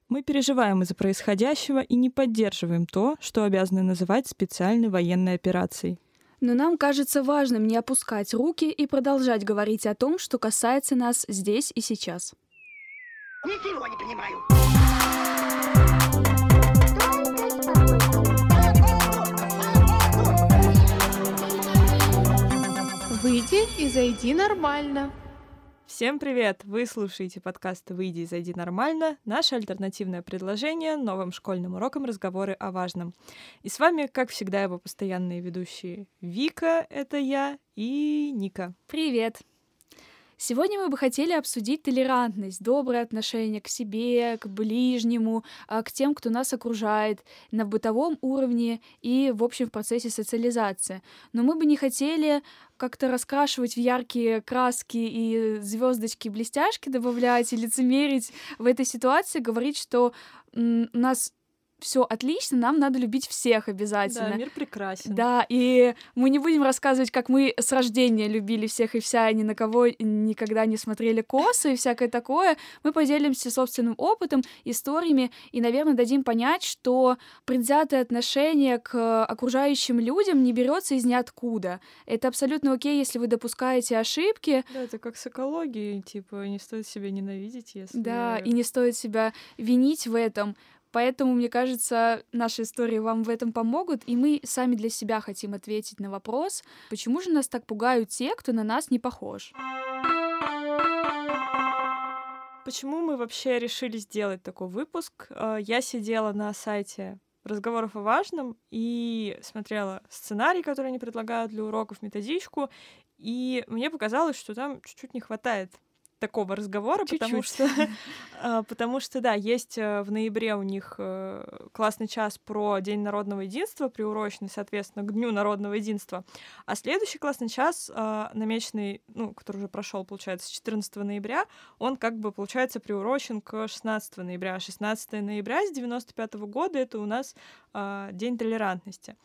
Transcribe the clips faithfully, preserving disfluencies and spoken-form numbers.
Мы переживаем из-за происходящего и не поддерживаем то, что обязаны называть специальной военной операцией. Но нам кажется важным не опускать руки и продолжать говорить о том, что касается нас здесь и сейчас. Ничего не понимаю. Выйди и зайди нормально. Всем привет! Вы слушаете подкаст «Выйди и зайди нормально», наше альтернативное предложение новым школьным урокам разговоры о важном. И с вами, как всегда, его постоянные ведущие Вика, это я, и Ника. Привет! Сегодня мы бы хотели обсудить толерантность, доброе отношение к себе, к ближнему, к тем, кто нас окружает на бытовом уровне и, в общем, в процессе социализации. Но мы бы не хотели как-то раскрашивать в яркие краски и звездочки, блестяшки добавлять и лицемерить в этой ситуации, говорить, что м, у нас все отлично, нам надо любить всех обязательно. Да, мир прекрасен. Да, и мы не будем рассказывать, как мы с рождения любили всех и вся, и ни на кого никогда не смотрели косо и всякое такое. Мы поделимся собственным опытом, историями и, наверное, дадим понять, что предвзятое отношение к окружающим людям не берется из ниоткуда. Это абсолютно окей, если вы допускаете ошибки. Да, это как с экологией, типа, не стоит себя ненавидеть, если... Да, и не стоит себя винить в этом. Поэтому, мне кажется, наши истории вам в этом помогут, и мы сами для себя хотим ответить на вопрос, почему же нас так пугают те, кто на нас не похож. Почему мы вообще решили сделать такой выпуск? Я сидела на сайте разговоров о важном и смотрела сценарий, который они предлагают для уроков, методичку, и мне показалось, что там чуть-чуть не хватает такого разговора, Чуть-чуть. потому что, потому что, да, есть в ноябре у них классный час про День народного единства, приуроченный, соответственно, к Дню народного единства, а следующий классный час, намеченный, ну, который уже прошел, получается, с четырнадцатого ноября, он как бы, получается, приурочен к шестнадцатого ноября. шестнадцатого ноября с девяносто пятого года это у нас День толерантности.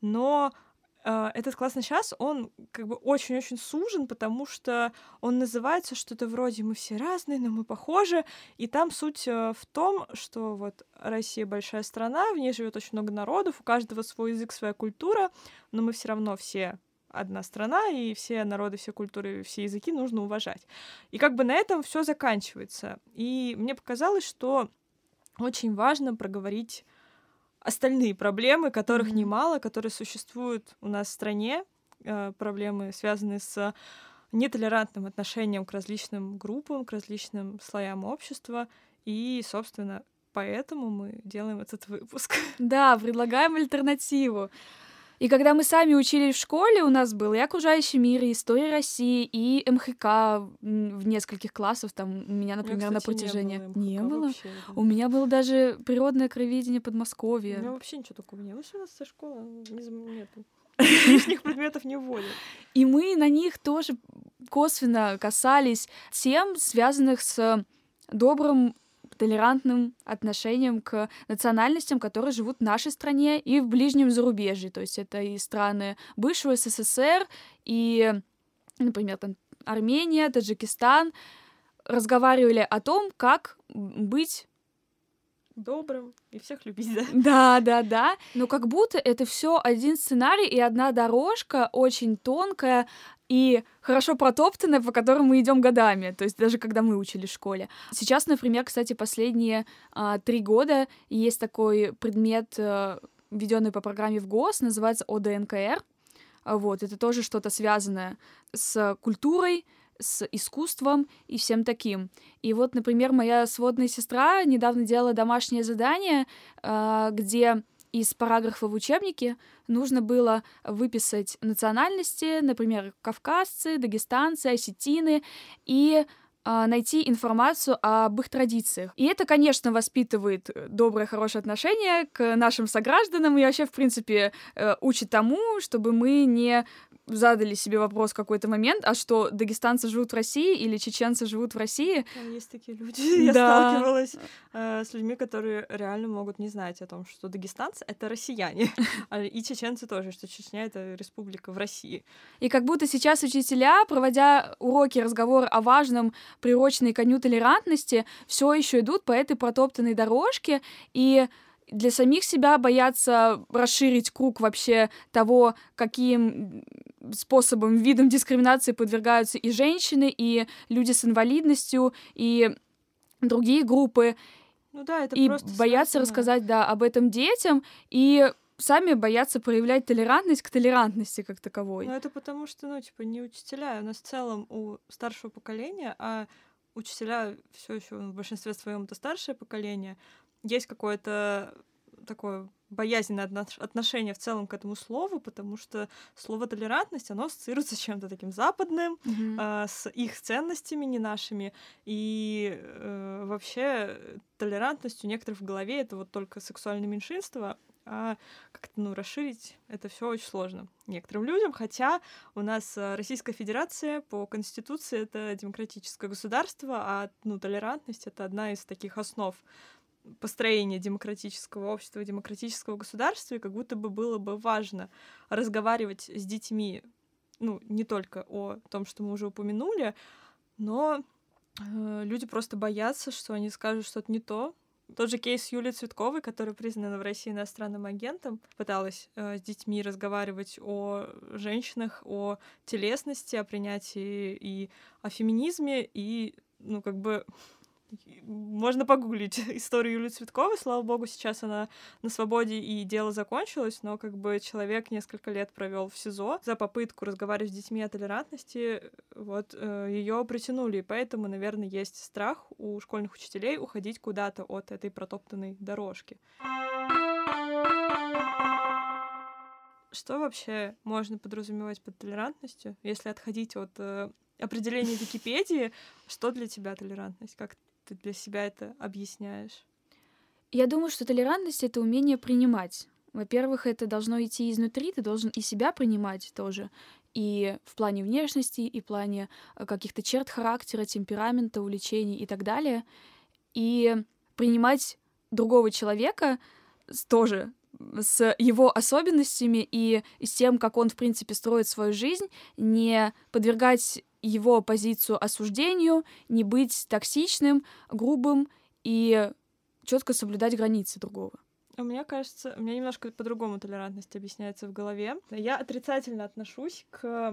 Но этот классный час, он как бы очень-очень сужен, потому что он называется что-то вроде «Мы все разные, но мы похожи», и там суть в том, что вот Россия большая страна, в ней живет очень много народов, у каждого свой язык, своя культура, но мы все равно все одна страна, и все народы, все культуры, все языки нужно уважать. И как бы на этом все заканчивается. И мне показалось, что очень важно проговорить остальные проблемы, которых mm-hmm. немало, которые существуют у нас в стране, э, проблемы, связанные с нетолерантным отношением к различным группам, к различным слоям общества, и, собственно, поэтому мы делаем этот выпуск. Да, предлагаем альтернативу. И когда мы сами учились в школе, у нас был и окружающий мир, и история России, и эм ха ка в нескольких классах. Там у меня, например, у меня, кстати, на протяжении... Не было? МХК Не было? Вообще, да. У меня было даже природное краеведение Подмосковья. У меня вообще ничего такого не было. У нас школа нету. Лишних предметов не вводят. И мы на них тоже косвенно касались тем, связанных с добрым толерантным отношением к национальностям, которые живут в нашей стране и в ближнем зарубежье. То есть это и страны бывшего эс эс эс эр, и, например, там, Армения, Таджикистан. Разговаривали о том, как быть добрым и всех любить, да? Да, да, да. Но как будто это все один сценарий и одна дорожка, очень тонкая и хорошо протоптанная, по которой мы идем годами, то есть даже когда мы учились в школе. Сейчас, например, кстати, последние а, три года есть такой предмет, а, введенный по программе в ГОС, называется о дэ эн ка эр. А, вот, это тоже что-то связанное с культурой, с искусством и всем таким. И вот, например, моя сводная сестра недавно делала домашнее задание, а, где из параграфа в учебнике нужно было выписать национальности, например, кавказцы, дагестанцы, осетины, и э, найти информацию об их традициях. И это, конечно, воспитывает доброе, хорошее отношение к нашим согражданам и вообще, в принципе, э, учит тому, чтобы мы не задали себе вопрос в какой-то момент, а что, дагестанцы живут в России или чеченцы живут в России? Да, есть такие люди. Я Да. сталкивалась э, с людьми, которые реально могут не знать о том, что дагестанцы — это россияне, а и чеченцы тоже, что Чечня — это республика в России. И как будто сейчас учителя, проводя уроки, разговоры о важном, приуроченной ко дню толерантности, все еще идут по этой протоптанной дорожке, и для самих себя боятся расширить круг вообще того, каким способом, видом дискриминации подвергаются и женщины, и люди с инвалидностью, и другие группы. Ну да, это и просто боятся связано. рассказать, да, об этом детям, и сами боятся проявлять толерантность к толерантности как таковой. Ну это потому что, ну, типа, не учителя. У нас в целом у старшего поколения, а учителя все еще в большинстве своем это старшее поколение, есть какое-то такое боязненное отношение в целом к этому слову, потому что слово толерантность, оно ассоциируется с чем-то таким западным, Мгм. э, с их ценностями, не нашими. И э, вообще толерантность у некоторых в голове это вот только сексуальное меньшинство, а как-то, ну, расширить это все очень сложно некоторым людям, хотя у нас э, Российская Федерация по Конституции это демократическое государство, а, ну, толерантность это одна из таких основ построения демократического общества, демократического государства, и как будто бы было бы важно разговаривать с детьми, ну, не только о том, что мы уже упомянули, но э, люди просто боятся, что они скажут что-то не то. Тот же кейс Юлии Цветковой, которая признана в России иностранным агентом, пыталась э, с детьми разговаривать о женщинах, о телесности, о принятии и о феминизме, и, ну, как бы можно погуглить историю Юлии Цветковой. Слава богу, сейчас она на свободе и дело закончилось, но как бы человек несколько лет провел в СИЗО за попытку разговаривать с детьми о толерантности. Вот э, ее притянули, и поэтому, наверное, есть страх у школьных учителей уходить куда-то от этой протоптанной дорожки. Что вообще можно подразумевать под толерантностью, если отходить от э, определения Википедии? Что для тебя толерантность? Как ты для себя это объясняешь? Я думаю, что толерантность — это умение принимать. Во-первых, это должно идти изнутри, ты должен и себя принимать тоже, и в плане внешности, и в плане э, каких-то черт характера, темперамента, увлечений и так далее. И принимать другого человека с- тоже с его особенностями и с тем, как он, в принципе, строит свою жизнь, не подвергать его позицию осуждению, не быть токсичным, грубым и четко соблюдать границы другого. У меня кажется, у меня немножко по-другому толерантность объясняется в голове. Я отрицательно отношусь к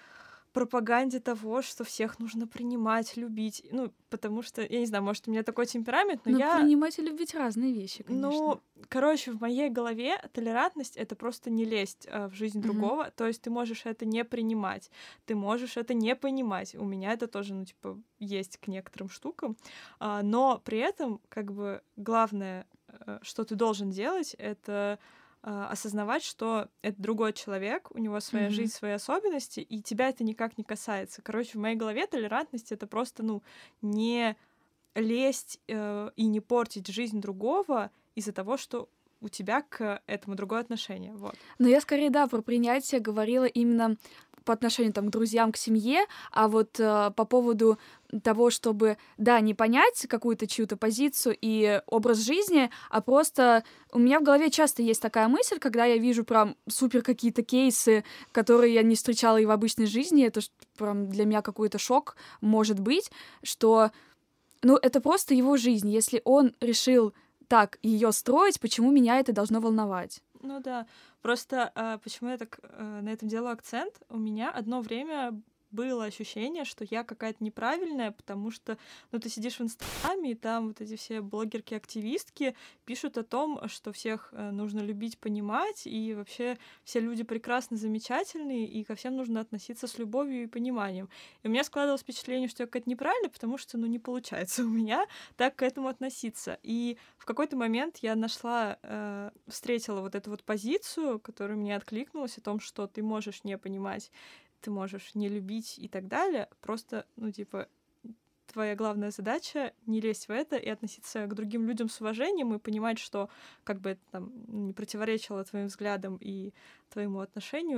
пропаганде того, что всех нужно принимать, любить. Ну, потому что, я не знаю, может, у меня такой темперамент, но Ну, я... принимать и любить разные вещи, конечно. Ну, короче, в моей голове толерантность — это просто не лезть э, в жизнь Мгм. другого. То есть ты можешь это не принимать, ты можешь это не понимать. У меня это тоже, ну, типа, есть к некоторым штукам. А, но при этом, как бы, главное, э, что ты должен делать, это э, осознавать, что это другой человек, у него своя Мгм. жизнь, свои особенности, и тебя это никак не касается. Короче, в моей голове толерантность — это просто, ну, не лезть э, и не портить жизнь другого из-за того, что у тебя к этому другое отношение. Вот. Но я скорее, да, про принятие говорила именно по отношению там, к друзьям, к семье, а вот э, по поводу того, чтобы, да, не понять какую-то чью-то позицию и образ жизни, а просто у меня в голове часто есть такая мысль, когда я вижу прям супер какие-то кейсы, которые я не встречала и в обычной жизни, это ж прям для меня какой-то шок может быть, что, ну, это просто его жизнь. Если он решил так ее строить, почему меня это должно волновать? Ну да, просто а, почему я так а, на этом делаю акцент? У меня одно время было ощущение, что я какая-то неправильная, потому что, ну, ты сидишь в Инстаграме, и там вот эти все блогерки-активистки пишут о том, что всех э, нужно любить, понимать, и вообще все люди прекрасны, замечательные, и ко всем нужно относиться с любовью и пониманием. И у меня складывалось впечатление, что я какая-то неправильная, потому что, ну, не получается у меня так к этому относиться. И в какой-то момент я нашла, э, встретила вот эту вот позицию, которая мне откликнулась, о том, что ты можешь не понимать, ты можешь не любить и так далее. Просто, ну, типа, твоя главная задача — не лезть в это и относиться к другим людям с уважением и понимать, что как бы это там не противоречило твоим взглядам и твоему отношению,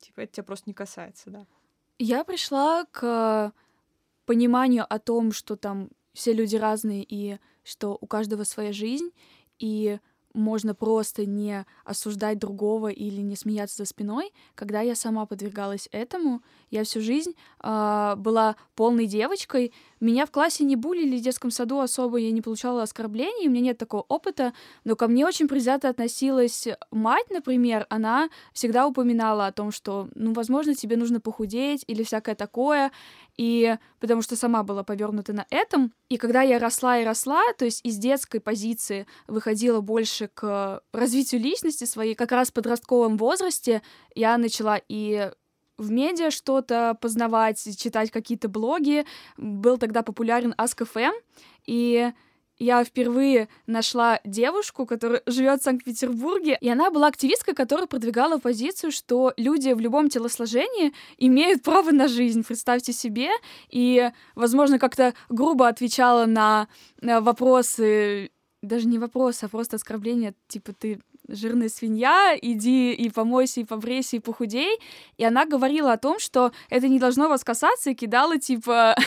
типа, это тебя просто не касается, да. Я пришла к пониманию о том, что там все люди разные, и что у каждого своя жизнь, и можно просто не осуждать другого или не смеяться за спиной. Когда я сама подвергалась этому, я всю жизнь э, была полной девочкой. Меня в классе не булили, в детском саду особо я не получала оскорблений, у меня нет такого опыта, но ко мне очень предвзято относилась мать, например. Она всегда упоминала о том, что, ну, возможно, тебе нужно похудеть или всякое такое, и потому что сама была повёрнута на этом. И когда я росла и росла, то есть из детской позиции выходила больше к развитию личности своей, как раз в подростковом возрасте я начала и в медиа что-то познавать, читать какие-то блоги. Был тогда популярен Ask эф эм, и я впервые нашла девушку, которая живет в Санкт-Петербурге, и она была активисткой, которая продвигала позицию, что люди в любом телосложении имеют право на жизнь, представьте себе, и, возможно, как-то грубо отвечала на вопросы, даже не вопросы, а просто оскорбления, типа ты жирная свинья, иди и помойся, и побрейся, и похудей. И она говорила о том, что это не должно вас касаться, и кидала, типа,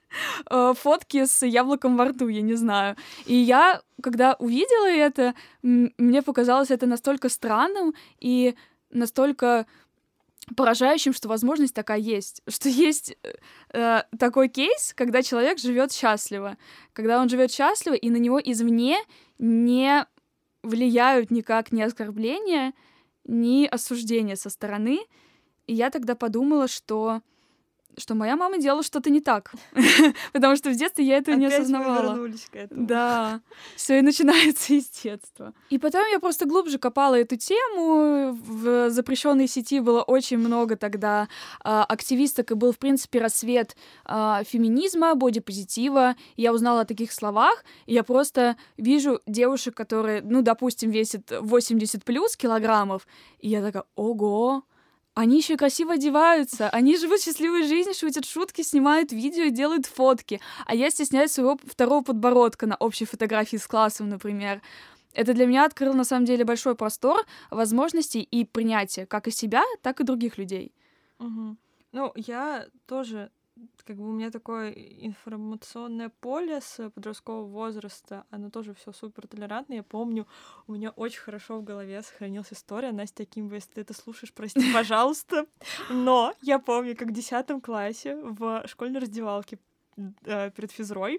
фотки с яблоком во рту, я не знаю. И я, когда увидела это, мне показалось это настолько странным и настолько поражающим, что возможность такая есть, что есть э, такой кейс, когда человек живет счастливо, когда он живет счастливо, и на него извне не влияют никак ни оскорбления, ни осуждения со стороны. И я тогда подумала, что что моя мама делала что-то не так, потому что в детстве я этого не осознавала. Опять мы вернулись к этому. Да, все и начинается из детства. И потом я просто глубже копала эту тему. В запрещенной сети было очень много тогда а, активисток, и был, в принципе, рассвет а, феминизма, бодипозитива. Я узнала о таких словах, и я просто вижу девушек, которые, ну, допустим, весят восемьдесят плюс килограммов, и я такая, ого, они еще и красиво одеваются, они живут счастливой жизнью, шутят шутки, снимают видео, делают фотки. А я стесняюсь своего второго подбородка на общей фотографии с классом, например. Это для меня открыло, на самом деле, большой простор возможностей и принятия как и себя, так и других людей. Угу. Ну, я тоже, как бы у меня такое информационное поле с подросткового возраста, оно тоже все супер толерантное. Я помню, у меня очень хорошо в голове сохранилась история. Настя Акимова, если ты это слушаешь, прости, пожалуйста. Но я помню, как в десятом классе в школьной раздевалке э, перед физрой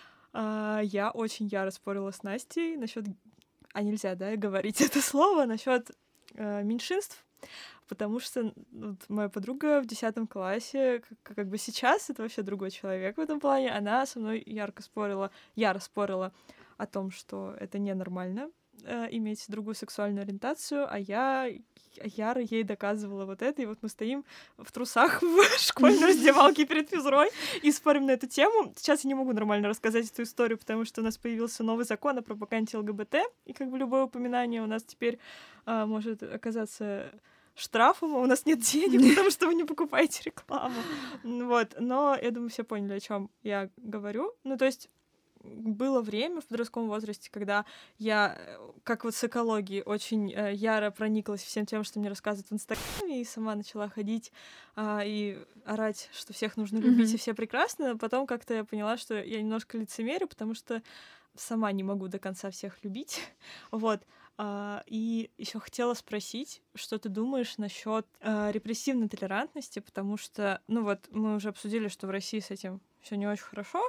э, я очень яро спорила с Настей насчет, а нельзя, да, говорить это слово, насчет э, меньшинств. Потому что вот, моя подруга в десятом классе, как, как бы сейчас это вообще другой человек в этом плане, она со мной ярко спорила, яро спорила о том, что это ненормально э, иметь другую сексуальную ориентацию, а я яро ей доказывала вот это, и вот мы стоим в трусах в школьной раздевалке перед физрой и спорим на эту тему. Сейчас я не могу нормально рассказать эту историю, потому что у нас появился новый закон о пропаганде ЛГБТ, и как бы любое упоминание у нас теперь э, может оказаться штрафом, а у нас нет денег, потому что вы не покупаете рекламу. Вот. Но я думаю, все поняли, о чем я говорю. Ну, то есть было время в подростковом возрасте, когда я, как вот с экологией, очень э, яро прониклась всем тем, что мне рассказывают в Инстаграме, и сама начала ходить э, и орать, что всех нужно любить, mm-hmm. и все прекрасно. А потом как-то я поняла, что я немножко лицемерю, потому что сама не могу до конца всех любить. Вот. Uh, и еще хотела спросить, что ты думаешь насчет uh, репрессивной толерантности, потому что, ну вот, мы уже обсудили, что в России с этим все не очень хорошо,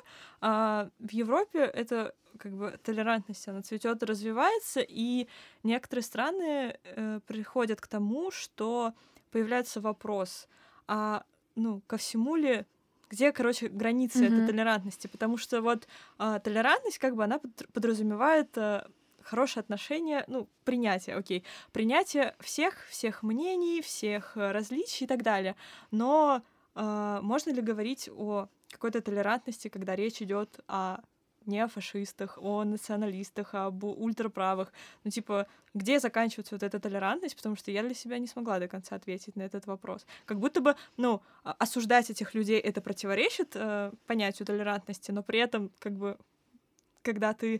а в Европе это как бы толерантность, она цветет и развивается, и некоторые страны uh, приходят к тому, что появляется вопрос, а ну ко всему ли, где, короче, границы mm-hmm. этой толерантности, потому что вот uh, толерантность как бы она подразумевает uh, хорошее отношение, ну, принятие, окей, принятие всех, всех мнений, всех различий и так далее. Но э, можно ли говорить о какой-то толерантности, когда речь идет о не о фашистах, о националистах, об ультраправых? Ну, типа, где заканчивается вот эта толерантность? Потому что я для себя не смогла до конца ответить на этот вопрос. Как будто бы, ну, осуждать этих людей это противоречит э, понятию толерантности, но при этом, как бы, когда ты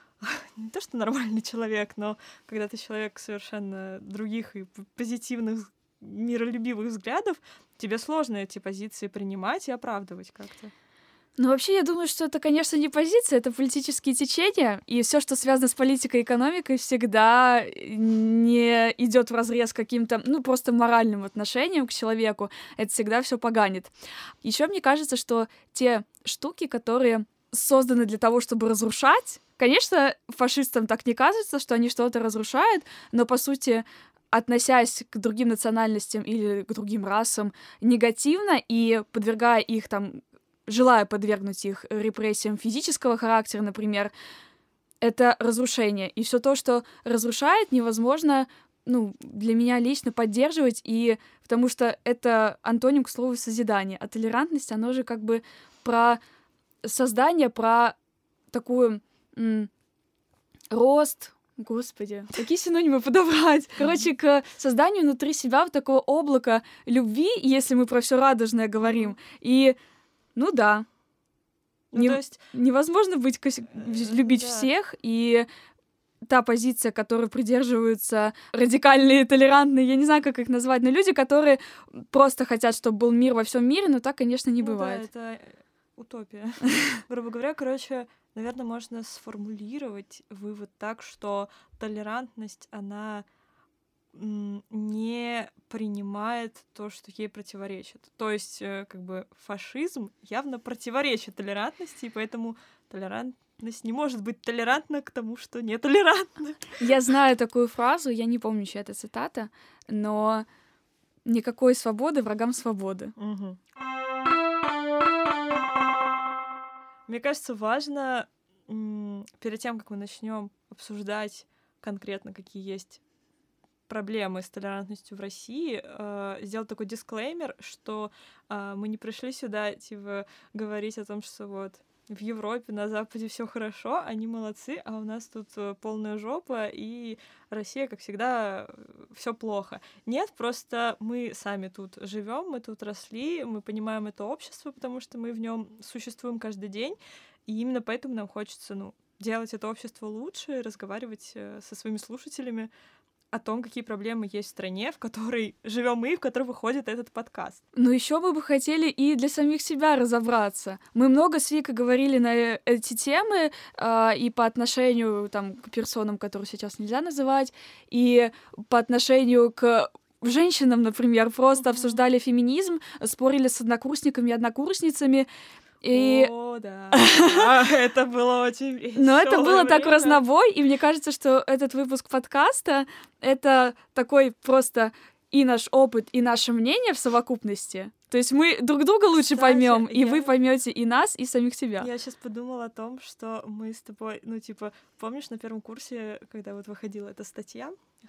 не то, что нормальный человек, но когда ты человек совершенно других и позитивных миролюбивых взглядов, тебе сложно эти позиции принимать и оправдывать как-то. Ну, вообще, я думаю, что это, конечно, не позиция, это политические течения, и все, что связано с политикой и экономикой, всегда не идет вразрез каким-то, ну, просто моральным отношением к человеку, это всегда все поганит. Еще мне кажется, что те штуки, которые созданы для того, чтобы разрушать, конечно, фашистам так не кажется, что они что-то разрушают, но, по сути, относясь к другим национальностям или к другим расам негативно и подвергая их там, желая подвергнуть их репрессиям физического характера, например, это разрушение. И все то, что разрушает, невозможно, ну, для меня лично поддерживать, и потому что это антоним к слову созидание. А толерантность, оно же как бы про создание, про такую м- рост. Господи, какие синонимы подобрать? Короче, к созданию внутри себя вот такого облака любви, если мы про все радужное говорим. И ну да. Ну, Не, то есть... Невозможно быть любить да. всех, и та позиция, которой придерживаются радикальные, толерантные, я не знаю, как их назвать, но люди, которые просто хотят, чтобы был мир во всем мире, но так, конечно, не ну, бывает. Да, это утопия. Грубо говоря, короче, наверное, можно сформулировать вывод так, что толерантность, она не принимает то, что ей противоречит. То есть, как бы, фашизм явно противоречит толерантности, и поэтому толерантность не может быть толерантна к тому, что нетолерантно. Я знаю такую фразу, я не помню, чья это цитата, но никакой свободы врагам свободы. Угу. Мне кажется, важно м- перед тем, как мы начнем обсуждать конкретно, какие есть проблемы с толерантностью в России, э, сделать такой дисклеймер, что э, мы не пришли сюда, типа, говорить о том, что вот в Европе, на Западе все хорошо, они молодцы, а у нас тут полная жопа, и Россия, как всегда, все плохо. Нет, просто мы сами тут живем, мы тут росли, мы понимаем это общество, потому что мы в нем существуем каждый день, и именно поэтому нам хочется, ну, делать это общество лучше, разговаривать э, со своими слушателями о том, какие проблемы есть в стране, в которой живем мы, в которой выходит этот подкаст. Ну, еще мы бы хотели и для самих себя разобраться. Мы много с Викой говорили на эти темы э, и по отношению там, к персонам, которые сейчас нельзя называть, и по отношению к женщинам, например, просто mm-hmm. обсуждали феминизм, спорили с однокурсниками и однокурсницами. И... О, да. Это было очень весело. Но это было так в разнобой, и мне кажется, что этот выпуск подкаста — это такой просто и наш опыт, и наше мнение в совокупности. То есть мы друг друга лучше поймем, и вы поймете и нас, и самих себя. Я сейчас подумала о том, что мы с тобой, ну, типа, помнишь, на первом курсе, когда вот выходила эта статья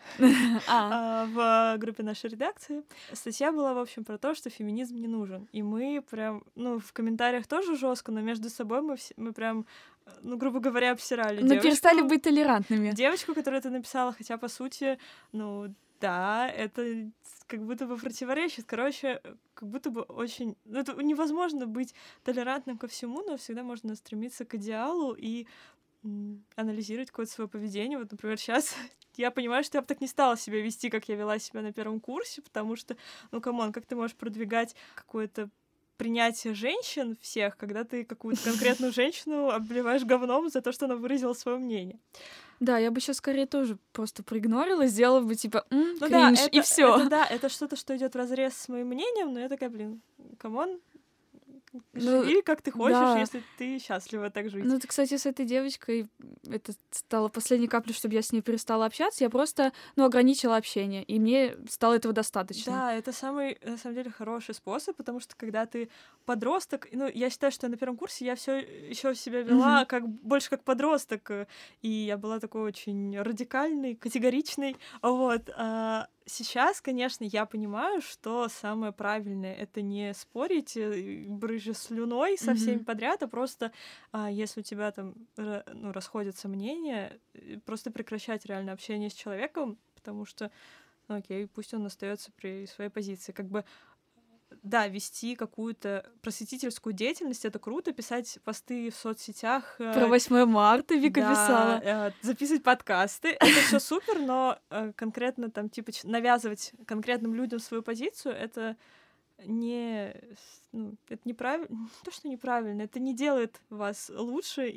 в группе нашей редакции, статья была, в общем, про то, что феминизм не нужен. И мы прям, ну, в комментариях тоже жестко, но между собой мы, мы прям, ну, грубо говоря, обсирали девочку. Мы перестали быть толерантными. Девочку, которая это написала, хотя, по сути, ну, да, это как будто бы противоречит. Короче, как будто бы очень... Ну, это невозможно быть толерантным ко всему, но всегда можно стремиться к идеалу и м- анализировать какое-то свое поведение. Вот, например, сейчас я понимаю, что я бы так не стала себя вести, как я вела себя на первом курсе, потому что, ну, камон, как ты можешь продвигать какое-то принятие женщин всех, когда ты какую-то конкретную женщину обливаешь говном за то, что она выразила свое мнение. Да, я бы сейчас скорее тоже просто проигнорила, сделала бы типа м, ну кринж, да, это, и все. Это, да, это что-то, что идет вразрез с моим мнением, но я такая, блин, камон, Ну, живи как ты хочешь, да. если ты счастлива так жить. Ну, это, кстати, с этой девочкой это стало последней каплей, чтобы я с ней перестала общаться. Я просто, ну, ограничила общение, и мне стало этого достаточно. Да, это самый, на самом деле, хороший способ, потому что когда ты подросток, ну, я считаю, что на первом курсе я все еще себя вела Mm-hmm. как больше как подросток, и я была такой очень радикальной, категоричной, вот. А сейчас, конечно, я понимаю, что самое правильное — это не спорить, брызжа слюной со всеми mm-hmm. подряд, а просто, а, если у тебя там, ну, расходятся мнения, просто прекращать реально общение с человеком, потому что, ну, окей, пусть он остается при своей позиции. Как бы да, вести какую-то просветительскую деятельность, это круто, писать посты в соцсетях. Про восьмое марта Вика да, писала. э, записывать подкасты. Это все супер, но э, конкретно там, типа, навязывать конкретным людям свою позицию, это не... Ну, это неправильно. Не то, что неправильно, это не делает вас лучше,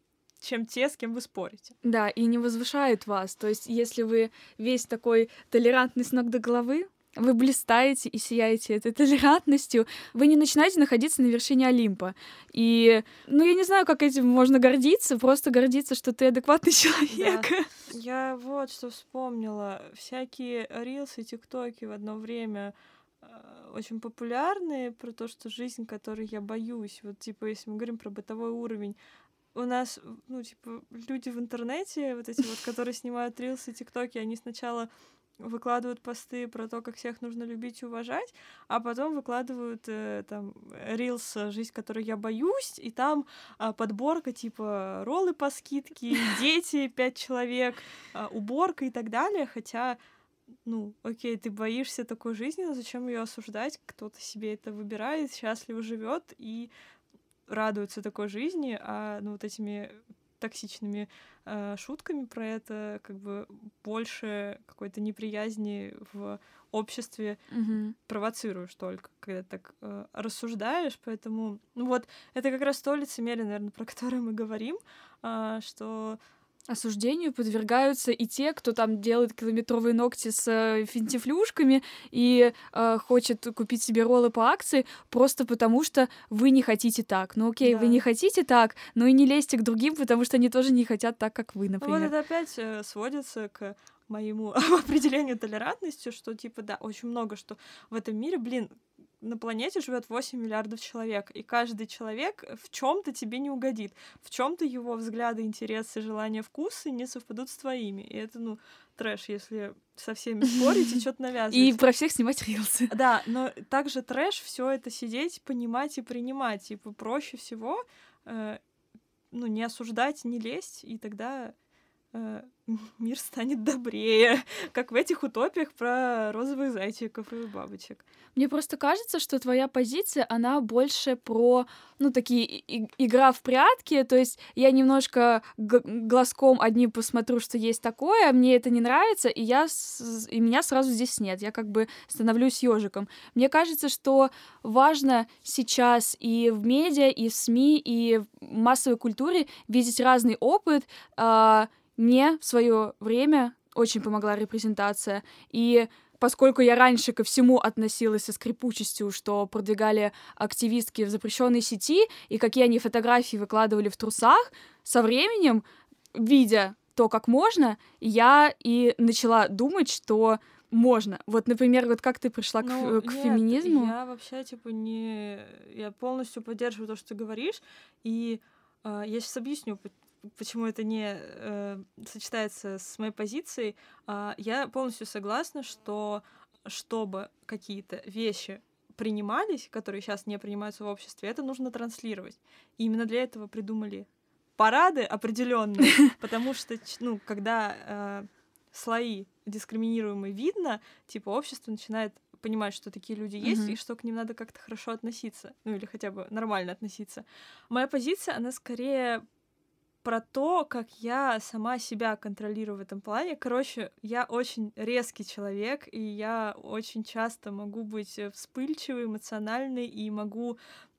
чем те, с кем вы спорите. Да, и не возвышает вас. То есть, если вы весь такой толерантный с ног до головы, вы блистаете и сияете этой толерантностью, вы не начинаете находиться на вершине Олимпа. И, ну, я не знаю, как этим можно гордиться, просто гордиться, что ты адекватный человек. Да. Я вот что вспомнила. Всякие рилсы, тиктоки в одно время э, очень популярные про то, что жизнь, которой я боюсь. Вот, типа, если мы говорим про бытовой уровень, у нас, ну, типа, люди в интернете, вот эти вот, которые снимают рилсы, тиктоки, они сначала выкладывают посты про то, как всех нужно любить и уважать, а потом выкладывают э, там рилс «Жизнь, которой я боюсь», и там э, подборка типа роллы по скидке, дети, пять человек, э, уборка и так далее, хотя, ну, окей, ты боишься такой жизни, но зачем ее осуждать? Кто-то себе это выбирает, счастливо живет и радуется такой жизни, а ну, вот этими токсичными э, шутками про это как бы больше какой-то неприязни в обществе Мгм. провоцируешь только, когда так э, рассуждаешь, поэтому ну вот это как раз то лицемерие, наверное, про которое мы говорим, а, что Осуждению подвергаются и те, кто там делает километровые ногти с э, финтифлюшками и э, хочет купить себе роллы по акции, просто потому что вы не хотите так. Ну окей, Да. вы не хотите так, но и не лезьте к другим, потому что они тоже не хотят так, как вы, ну, вот например. это опять э, сводится к моему определению толерантности, что типа да, очень много, что в этом мире, блин, на планете живет восемь миллиардов человек, и каждый человек в чем-то тебе не угодит, в чем-то его взгляды, интересы, желания, вкусы не совпадут с твоими. И это, ну, трэш, если со всеми спорить и что-то навязывать. И про всех снимать рилсы. Да, но также трэш все это сидеть, понимать и принимать. Типа проще всего э, ну, не осуждать, не лезть, и тогда э, мир станет добрее, как в этих утопиях про розовых зайчиков и бабочек. Мне просто кажется, что твоя позиция, она больше про, ну, такие и- игра в прятки, то есть я немножко г- глазком одним посмотрю, что есть такое, мне это не нравится, и, я с- и меня сразу здесь нет, я как бы становлюсь ежиком. Мне кажется, что важно сейчас и в медиа, и в СМИ, и в массовой культуре видеть разный опыт. А, Мне в свое время очень помогла репрезентация, и поскольку я раньше ко всему относилась со скрипучестью, что продвигали активистки в запрещенной сети, и какие они фотографии выкладывали в трусах, со временем, видя то, как можно, я и начала думать, что можно. Вот, например, вот как ты пришла к, Ну, фе- к нет, феминизму? я вообще, типа, не... Я полностью поддерживаю то, что ты говоришь, и э, я сейчас объясню, п- почему это не э, сочетается с моей позицией. А, я полностью согласна, что чтобы какие-то вещи принимались, которые сейчас не принимаются в обществе, это нужно транслировать. И именно для этого придумали парады определенные, потому что, ч- ну, когда э, слои дискриминируемые видно, типа общество начинает понимать, что такие люди есть, Мгм. и что к ним надо как-то хорошо относиться, ну или хотя бы нормально относиться. Моя позиция, она скорее про то, как я сама себя контролирую в этом плане. Короче, я очень резкий человек, и я очень часто могу быть э, вспыльчивой, эмоциональной, и могу,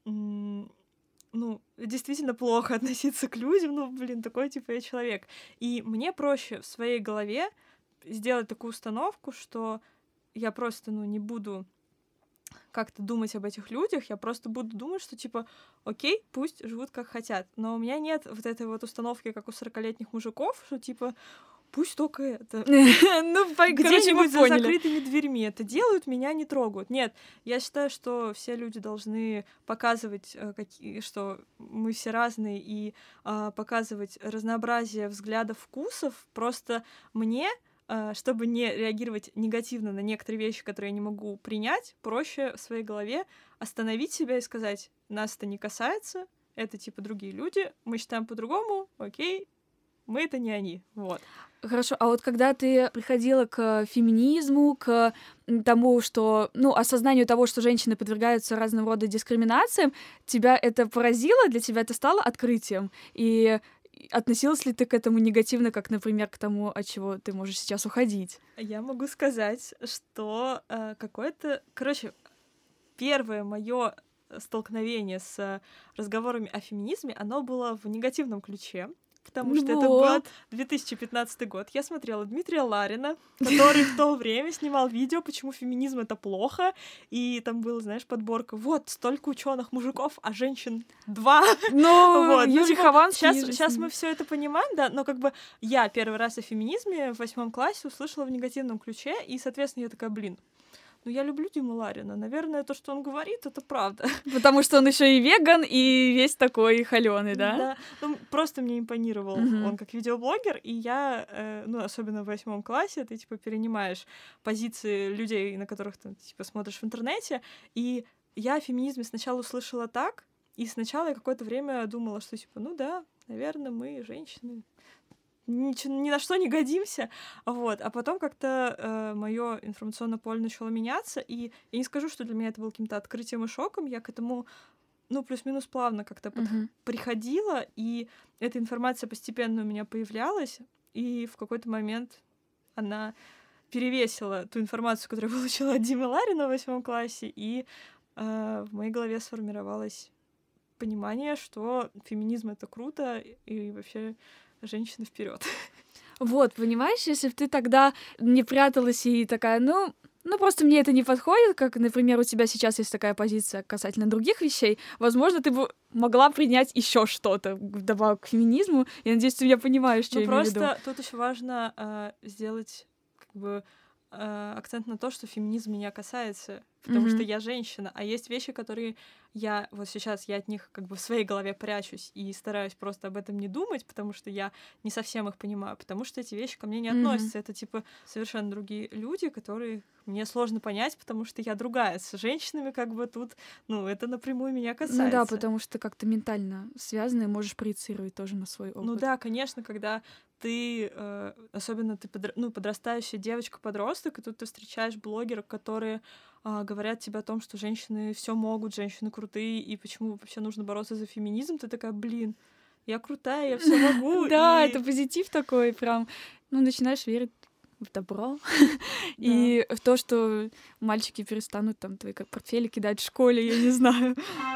м, ну, действительно плохо относиться к людям. Ну, блин, такой типа я человек. И мне проще в своей голове сделать такую установку, что я просто, ну, не буду как-то думать об этих людях, я просто буду думать, что, типа, окей, пусть живут как хотят. Но у меня нет вот этой вот установки, как у сорокалетних мужиков, что, типа, пусть только это... Ну, по- короче, мы Где-нибудь за поняли. закрытыми дверьми это делают, меня не трогают. Нет, я считаю, что все люди должны показывать, э, какие, что мы все разные, и а, показывать разнообразие взглядов, вкусов. Просто мне, а, чтобы не реагировать негативно на некоторые вещи, которые я не могу принять, проще в своей голове остановить себя и сказать: нас это не касается, это типа другие люди, мы считаем по-другому, окей, мы — это не они, вот. Хорошо, а вот когда ты приходила к феминизму, к тому, что, ну, осознанию того, что женщины подвергаются разного рода дискриминациям, тебя это поразило, для тебя это стало открытием? И относилась ли ты к этому негативно, как, например, к тому, от чего ты можешь сейчас уходить? Я могу сказать, что э, какое-то... Короче, первое мое столкновение с разговорами о феминизме, оно было в негативном ключе, потому что вот. это был две тысячи пятнадцатый год. Я смотрела Дмитрия Ларина, который в то время снимал видео, почему феминизм — это плохо, и там была, знаешь, подборка: вот, столько ученых мужиков, а женщин два. Ну, вот. Юрий ну, Хованский... Сейчас, сейчас мы все это понимаем, да, но как бы я первый раз о феминизме в восьмом классе услышала в негативном ключе, и, соответственно, я такая: блин, ну, я люблю Диму Ларина. Наверное, то, что он говорит, это правда. Потому что он еще и веган, и весь такой холёный, да? Да. Ну, просто мне импонировал Мгм. он как видеоблогер, и я, э, ну, особенно в восьмом классе, ты, типа, перенимаешь позиции людей, на которых ты, типа, смотришь в интернете, и я о феминизме сначала услышала так, и сначала я какое-то время думала, что, типа, ну да, наверное, мы, женщины, ничего, ни на что не годимся, вот, а потом как-то э, мое информационное поле начало меняться, и я не скажу, что для меня это было каким-то открытием и шоком, я к этому, ну, плюс-минус плавно как-то под... Мгм. приходила, и эта информация постепенно у меня появлялась, и в какой-то момент она перевесила ту информацию, которую я получила от Димы Ларина в восьмом классе, и э, в моей голове сформировалось понимание, что феминизм — это круто, и вообще женщины вперед. Вот, понимаешь, если бы ты тогда не пряталась и такая, ну, ну просто мне это не подходит, как, например, у тебя сейчас есть такая позиция касательно других вещей, возможно, ты бы могла принять еще что-то вдобавок к феминизму. Я надеюсь, ты меня понимаешь, что Ну я имею в виду. просто тут еще важно э, сделать как бы э, акцент на то, что феминизм меня касается, потому Мгм. что я женщина, а есть вещи, которые я вот сейчас я от них как бы в своей голове прячусь и стараюсь просто об этом не думать, потому что я не совсем их понимаю, потому что эти вещи ко мне не Мгм. относятся. Это типа совершенно другие люди, которые мне сложно понять, потому что я другая. С женщинами как бы тут, ну, это напрямую меня касается. Ну да, потому что как-то ментально связано и можешь проецировать тоже на свой опыт. Ну да, конечно, когда ты, э, особенно ты подра- ну, подрастающая девочка-подросток, и тут ты встречаешь блогеров, которые а, говорят тебе о том, что женщины все могут, женщины крутые, и почему вообще нужно бороться за феминизм, ты такая: блин, я крутая, я все могу. Да, и- это позитив такой прям. Ну, начинаешь верить в добро Да. и в то, что мальчики перестанут там твои как портфели кидать в школе, я не знаю.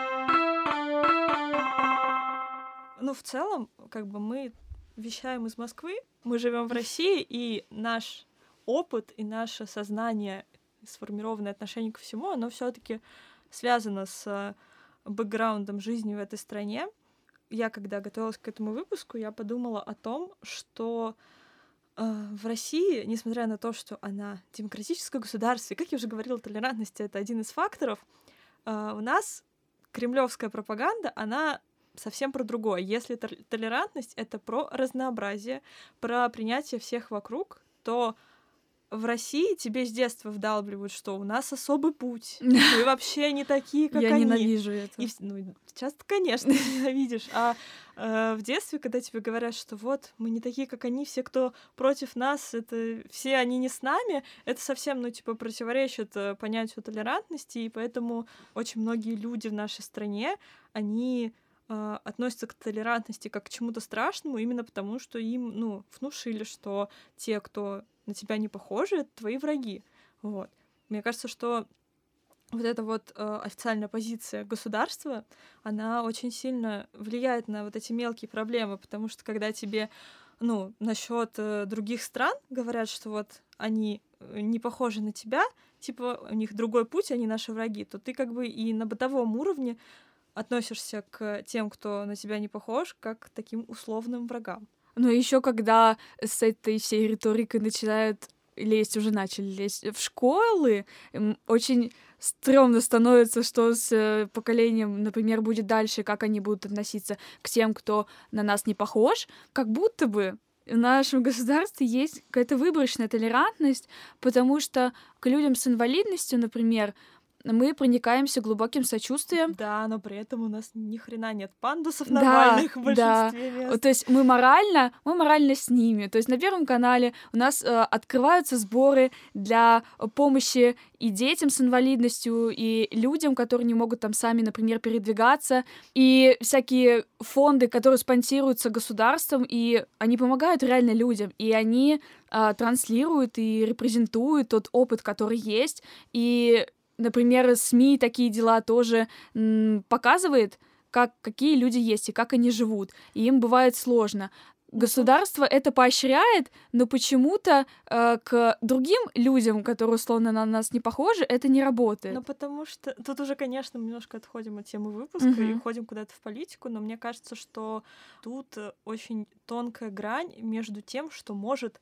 Ну, в целом, как бы мы вещаем из Москвы, мы живем в России, и наш опыт и наше сознание, сформированное отношение ко всему, оно все-таки связано с э, бэкграундом жизни в этой стране. Я, когда готовилась к этому выпуску, я подумала о том, что э, в России, несмотря на то, что она демократическое государство, и, как я уже говорила, толерантность — это один из факторов, э, у нас кремлевская пропаганда, она совсем про другое. Если тол- толерантность — это про разнообразие, про принятие всех вокруг, то в России тебе с детства вдалбливают, что у нас особый путь, мы вообще не такие, как Я они. ненавижу это. И, вс- ну, сейчас ты, конечно, ненавидишь. А э, в детстве, когда тебе говорят, что вот, мы не такие, как они, все, кто против нас, это все они не с нами, это совсем, ну, типа, противоречит э, понятию толерантности, и поэтому очень многие люди в нашей стране, они э, относятся к толерантности как к чему-то страшному, именно потому, что им, ну, внушили, что те, кто на тебя не похожи, это твои враги. Вот. Мне кажется, что вот эта вот э, официальная позиция государства, она очень сильно влияет на вот эти мелкие проблемы, потому что когда тебе, ну, насчет э, других стран говорят, что вот они э, не похожи на тебя, типа у них другой путь, они наши враги, то ты как бы и на бытовом уровне относишься к тем, кто на тебя не похож, как к таким условным врагам. Но еще когда с этой всей риторикой начинают лезть, уже начали лезть в школы, м, очень стрёмно становится, что с э, поколением, например, будет дальше, как они будут относиться к тем, кто на нас не похож, как будто бы в нашем государстве есть какая-то выборочная толерантность, потому что к людям с инвалидностью, например, мы проникаемся глубоким сочувствием. Да, но при этом у нас ни хрена нет пандусов Да, нормальных в да. большинстве мест. То есть мы морально, мы морально с ними. То есть на Первом канале у нас э, открываются сборы для помощи и детям с инвалидностью, и людям, которые не могут там сами, например, передвигаться, и всякие фонды, которые спонсируются государством, и они помогают реально людям, и они э, транслируют и репрезентуют тот опыт, который есть, и, например, СМИ такие дела тоже м, показывает, как, какие люди есть и как они живут, и им бывает сложно. Государство это поощряет, но почему-то э, к другим людям, которые условно на нас не похожи, это не работает. Ну, потому что тут уже, конечно, мы немножко отходим от темы выпуска Мгм. и уходим куда-то в политику, но мне кажется, что тут э, очень тонкая грань между тем, что может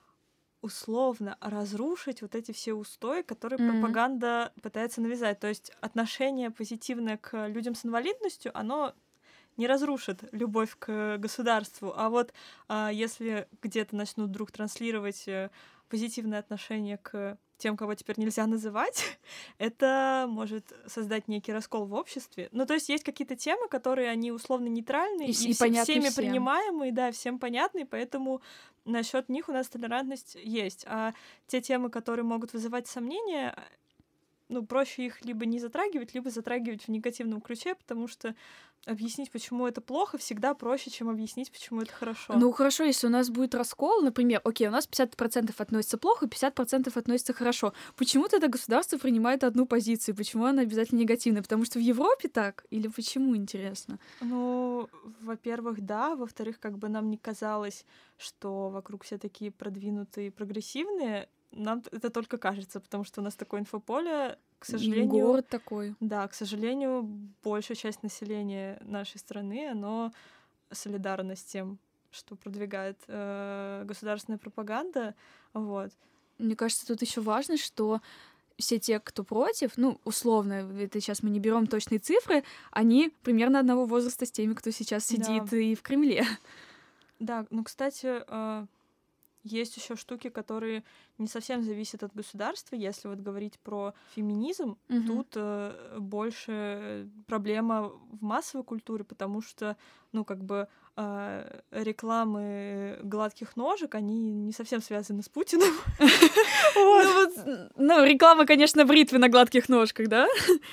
условно разрушить вот эти все устои, которые Мгм. пропаганда пытается навязать. То есть отношение позитивное к людям с инвалидностью, оно не разрушит любовь к государству. А вот а, если где-то начнут вдруг транслировать э, позитивное отношение к тем, кого теперь нельзя называть, это может создать некий раскол в обществе. Ну, то есть есть какие-то темы, которые они условно нейтральные И и, с- и все- понятны всеми всем. принимаемые, да, всем понятные, поэтому насчет них у нас толерантность есть. А те темы, которые могут вызывать сомнения, ну, проще их либо не затрагивать, либо затрагивать в негативном ключе, потому что объяснить, почему это плохо, всегда проще, чем объяснить, почему это хорошо. Ну хорошо, если у нас будет раскол, например, окей, у нас пятьдесят процентов относится плохо, пятьдесят процентов относится хорошо. Почему тогда государство принимает одну позицию? Почему она обязательно негативная? Потому что в Европе так? Или почему, интересно? Ну, во-первых, да. Во-вторых, как бы нам не казалось, что вокруг все такие продвинутые и прогрессивные, нам т- это только кажется, потому что у нас такое инфополе, к сожалению... Город такой. Да, к сожалению, большая часть населения нашей страны, оно солидарно с тем, что продвигает э, государственная пропаганда, вот. Мне кажется, тут еще важно, что все те, кто против, ну, условно, это сейчас мы не берем точные цифры, они примерно одного возраста с теми, кто сейчас сидит Да. и в Кремле. Да, ну, кстати, э, есть еще штуки, которые не совсем зависят от государства. Если вот говорить про феминизм, Мгм. тут э, больше проблема в массовой культуре, потому что, ну, как бы э, рекламы гладких ножек, они не совсем связаны с Путиным. Вот. Ну, вот, ну, реклама, конечно, бритвы на гладких ножках, да?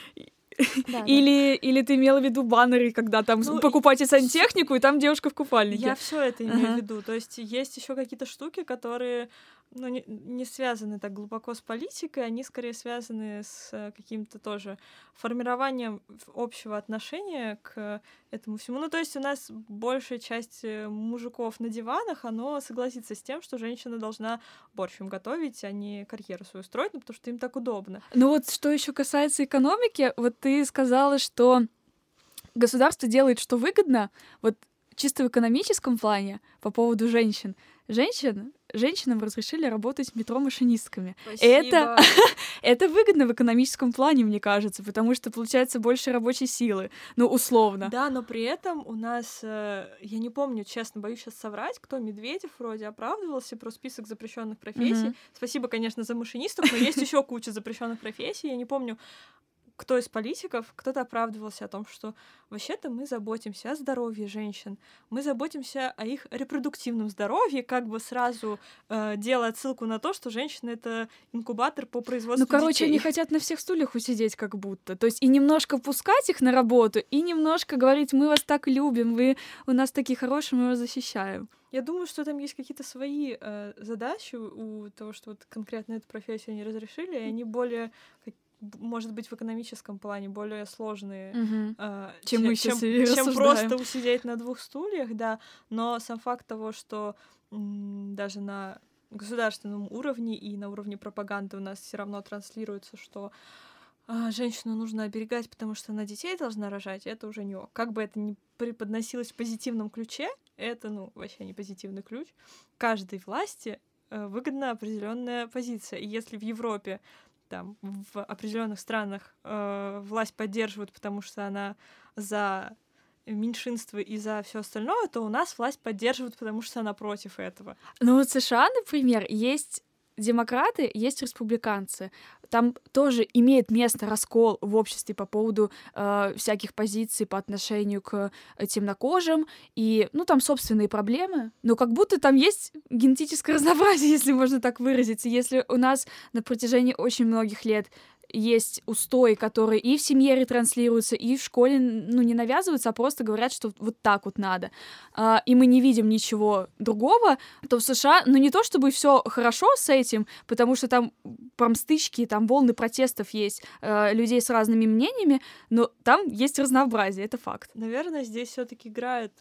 Да, да. Или, или ты имела в виду баннеры, когда там Ну, покупайте сантехнику, и там девушка в купальнике. Я все это имею Ага. в виду. То есть есть еще какие-то штуки, которые ну, не, не связаны так глубоко с политикой, они скорее связаны с э, каким-то тоже формированием в- общего отношения к этому всему. Ну, то есть у нас большая часть э, мужиков на диванах, оно согласится с тем, что женщина должна борщ им готовить, а не карьеру свою строить, ну, потому что им так удобно. Ну вот что еще касается экономики, вот ты сказала, что государство делает, что выгодно, вот чисто в экономическом плане по поводу женщин. Женщин, женщинам разрешили работать в метро машинистками. Это, это выгодно в экономическом плане, мне кажется, потому что получается больше рабочей силы, ну, условно. Да, но при этом у нас, э, я не помню, честно, боюсь сейчас соврать, кто Медведев вроде оправдывался про список запрещенных профессий. Мгм. Спасибо, конечно, за машинистов, но есть еще куча запрещенных профессий. Я не помню, кто из политиков, кто-то оправдывался о том, что вообще-то мы заботимся о здоровье женщин, мы заботимся о их репродуктивном здоровье, как бы сразу э, делая отсылку на то, что женщина — это инкубатор по производству Ну, короче, детей. они хотят на всех стульях усидеть как будто. То есть и немножко пускать их на работу, и немножко говорить, мы вас так любим, вы у нас такие хорошие, мы вас защищаем. Я думаю, что там есть какие-то свои э, задачи у того, что вот конкретно эту профессию не разрешили, и они более, как- б- может быть, в экономическом плане более сложные, э, Чем че- мы щас и чем рассуждаем. просто усидеть на двух стульях, да. Но сам факт того, что м, даже на государственном уровне и на уровне пропаганды у нас все равно транслируется, что а, женщину нужно оберегать, потому что она детей должна рожать, это уже не ок. Как бы это ни преподносилось в позитивном ключе, это, ну, вообще не позитивный ключ. Каждой власти э, выгодна определенная позиция. И если в Европе, там, в определенных странах э, власть поддерживают, потому что она за меньшинство и за все остальное, то у нас власть поддерживают, потому что она против этого. Ну, вот в США, например, есть демократы, есть республиканцы. Там тоже имеет место раскол в обществе по поводу э, всяких позиций по отношению к темнокожим, и, ну, там собственные проблемы, но как будто там есть генетическое разнообразие, если можно так выразиться. Если у нас на протяжении очень многих лет есть устои, которые и в семье ретранслируются, и в школе, ну, не навязываются, а просто говорят, что вот так вот надо, а, и мы не видим ничего другого, то в США, ну, не то чтобы все хорошо с этим, потому что там прям стычки, там волны протестов есть, а, людей с разными мнениями, но там есть разнообразие, это факт. Наверное, здесь все-таки играет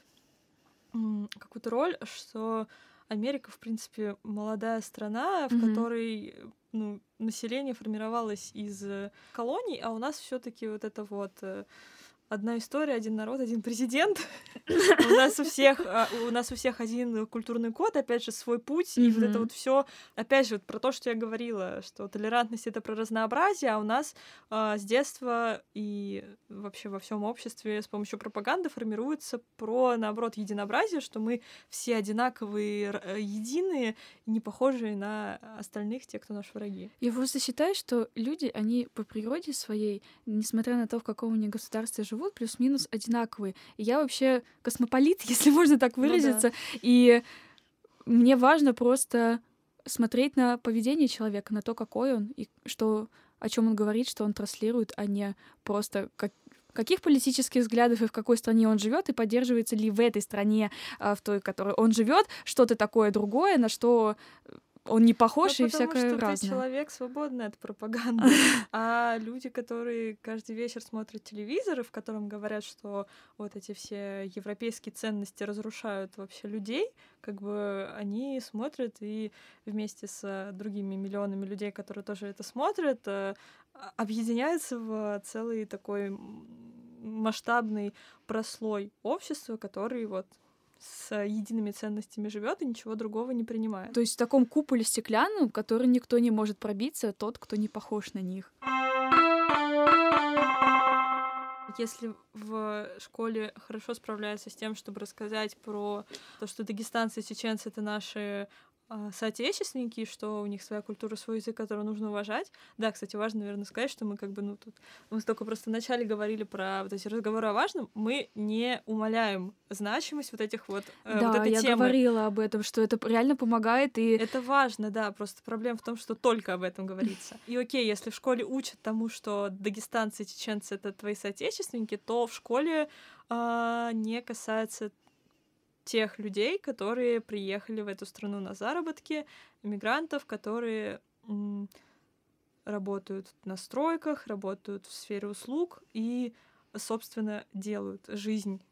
м, какую-то роль, что Америка, в принципе, молодая страна, в Мгм. которой, ну, население формировалось из э, колоний, а у нас все-таки вот это вот э, одна история, один народ, один президент. У нас у всех, а, у нас у всех один культурный код, опять же, свой путь, и вот это Мгм. вот все, опять же, вот про то, что я говорила, что толерантность — это про разнообразие, а у нас а, с детства и вообще во всем обществе с помощью пропаганды формируется про, наоборот, единообразие, что мы все одинаковые, р- э, единые, и не похожие на остальных, те, кто наши враги. Я просто считаю, что люди, они по природе своей, несмотря на то, в каком они государстве живут, плюс-минус одинаковые. И я вообще космополит, если можно так Ну да. выразиться. И мне важно просто смотреть на поведение человека, на то, какой он, и что, о чем он говорит, что он транслирует, а не просто как каких политических взглядов и в какой стране он живет, и поддерживается ли в этой стране, а, в той, в которой он живет, что-то такое другое, на что он не похож, Ну, и потому всякое что ты разное. человек, свободный от пропаганды. А люди, которые каждый вечер смотрят телевизор, и в котором говорят, что вот эти все европейские ценности разрушают вообще людей, как бы они смотрят и вместе с другими миллионами людей, которые тоже это смотрят, э, а- объединяются в целый такой м, масштабный прослой общества, который вот с едиными ценностями живет и ничего другого не принимает. То есть в таком куполе стеклянном, в который никто не может пробиться, тот, кто не похож на них. Если в школе хорошо справляются с тем, чтобы рассказать про то, что дагестанцы и чеченцы — это наши а, соотечественники, что у них своя культура, свой язык, который нужно уважать. Да, кстати, важно, наверное, сказать, что мы как бы, ну, тут мы только просто вначале говорили про вот эти разговоры о важном, мы не умаляем значимость вот этих вот, э, Да, вот этой я темы. говорила об этом, что это реально помогает, и Это важно, да, просто проблема в том, что только об этом говорится. И окей, если в школе учат тому, что дагестанцы и чеченцы — это твои соотечественники, то в школе а, не касается тех людей, которые приехали в эту страну на заработки, иммигрантов, которые м, работают на стройках, работают в сфере услуг и, собственно, делают жизнь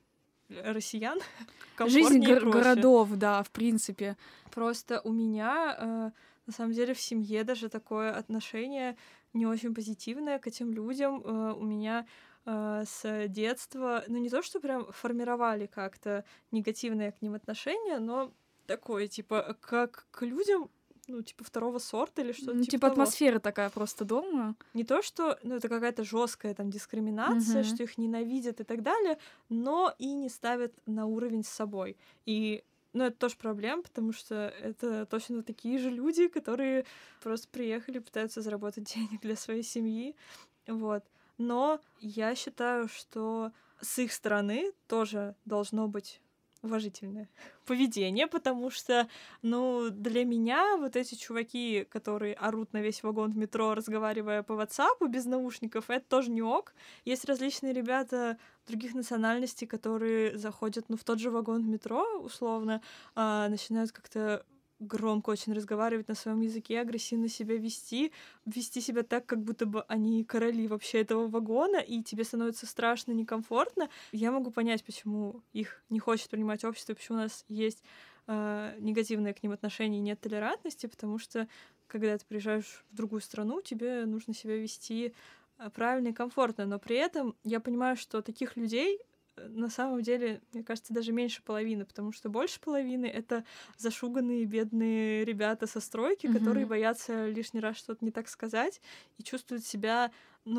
россиян комфортнее жизнь и гор- проще. городов, да, в принципе. Просто у меня, э, на самом деле, в семье даже такое отношение не очень позитивное к этим людям. Э, у меня э, с детства, ну не то, что прям формировали как-то негативное к ним отношение, но такое, типа, как к людям, ну, типа, второго сорта или что-то Ну, типа типа того. атмосфера такая просто дома. Не то, что, ну, это какая-то жесткая там дискриминация, Мгм. что их ненавидят и так далее, но и не ставят на уровень с собой. И, ну, это тоже проблема, потому что это точно такие же люди, которые просто приехали, пытаются заработать денег для своей семьи, вот. Но я считаю, что с их стороны тоже должно быть уважительное поведение, потому что, ну, для меня вот эти чуваки, которые орут на весь вагон в метро, разговаривая по WhatsApp без наушников, это тоже не ок. Есть различные ребята других национальностей, которые заходят, ну, в тот же вагон в метро, условно, а, начинают как-то громко очень разговаривать на своем языке, агрессивно себя вести, вести себя так, как будто бы они короли вообще этого вагона, и тебе становится страшно, некомфортно. Я могу понять, почему их не хочет принимать общество, и почему у нас есть э, негативное к ним отношение и нет толерантности, потому что, когда ты приезжаешь в другую страну, тебе нужно себя вести э, правильно и комфортно, но при этом я понимаю, что таких людей на самом деле, мне кажется, даже меньше половины, потому что больше половины — это зашуганные бедные ребята со стройки, Мгм. которые боятся лишний раз что-то не так сказать и чувствуют себя, ну,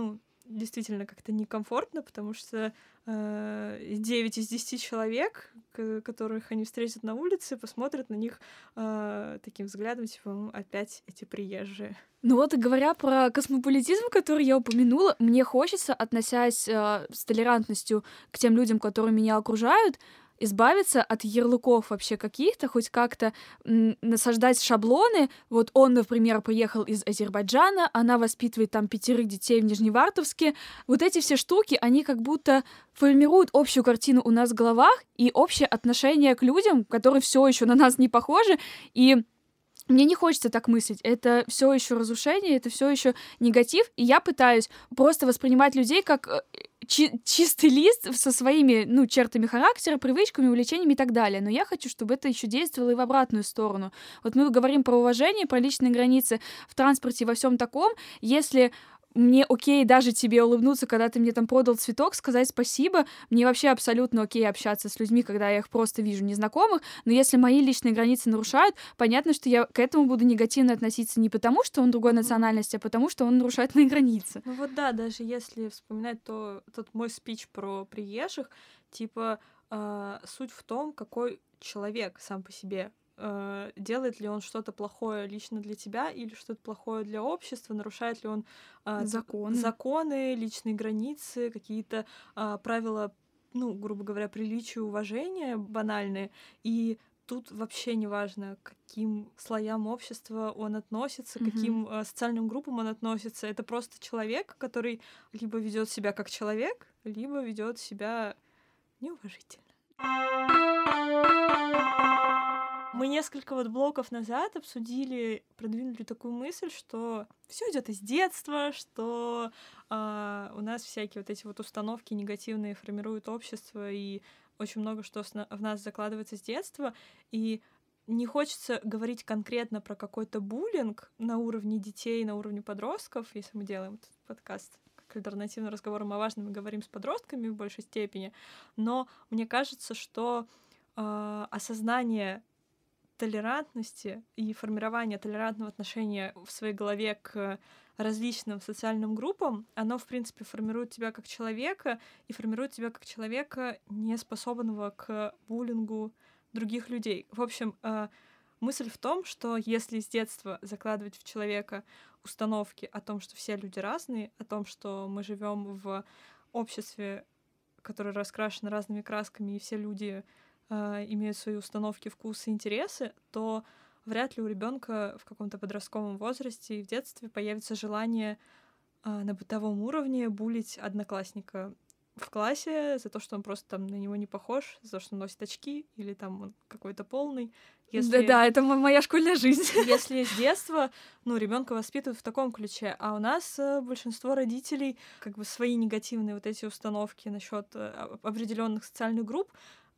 действительно как-то некомфортно, потому что э, девять из десяти человек, к- которых они встретят на улице, посмотрят на них э, таким взглядом, типа, «М, опять эти приезжие». Ну вот, говоря про космополитизм, который я упомянула, мне хочется, относясь э, с толерантностью к тем людям, которые меня окружают, избавиться от ярлыков вообще каких-то, хоть как-то м, насаждать шаблоны. Вот он, например, приехал из Азербайджана, она воспитывает там пятерых детей в Нижневартовске. Вот эти все штуки, они как будто формируют общую картину у нас в головах и общее отношение к людям, которые все еще на нас не похожи, и мне не хочется так мыслить. Это все еще разрушение, это все еще негатив, и я пытаюсь просто воспринимать людей как э, чи- чистый лист со своими, ну, чертами характера, привычками, увлечениями и так далее. Но я хочу, чтобы это еще действовало и в обратную сторону. Вот мы говорим про уважение, про личные границы в транспорте, во всем таком. Если мне окей даже тебе улыбнуться, когда ты мне там подал цветок, сказать спасибо. Мне вообще абсолютно окей общаться с людьми, когда я их просто вижу незнакомых. Но если мои личные границы нарушают, понятно, что я к этому буду негативно относиться не потому, что он другой национальности, а потому, что он нарушает мои границы. Ну вот да, даже если вспоминать то, тот мой спич про приезжих, типа э, суть в том, какой человек сам по себе. Э, делает ли он что-то плохое лично для тебя или что-то плохое для общества, нарушает ли он э, Законы. законы, личные границы, какие-то э, правила, ну, грубо говоря, приличия, уважения банальные. И тут вообще не важно, к каким слоям общества он относится, Мгм. к каким э, социальным группам он относится. Это просто человек, который либо ведет себя как человек, либо ведет себя неуважительно. Мы несколько вот блоков назад обсудили, продвинули такую мысль, что все идет из детства, что а, у нас всякие вот эти вот установки негативные формируют общество, и очень много что с на- в нас закладывается с детства, и не хочется говорить конкретно про какой-то буллинг на уровне детей, на уровне подростков, если мы делаем этот подкаст как альтернативный разговорам о важном, мы говорим с подростками в большей степени, но мне кажется, что а, осознание толерантности и формирование толерантного отношения в своей голове к различным социальным группам, оно, в принципе, формирует тебя как человека и формирует тебя как человека, не способного к буллингу других людей. В общем, э, мысль в том, что если с детства закладывать в человека установки о том, что все люди разные, о том, что мы живем в обществе, которое раскрашено разными красками, и все люди э, имеют свои установки, вкусы, интересы, то вряд ли у ребенка в каком-то подростковом возрасте и в детстве появится желание э, на бытовом уровне булить одноклассника в классе за то, что он просто там на него не похож, за то, что он носит очки или там он какой-то полный. Если... Да-да, это мо- моя школьная жизнь. Если с детства, ну, ребенка воспитывают в таком ключе, а у нас э, большинство родителей как бы свои негативные вот эти установки насчет э, определенных социальных групп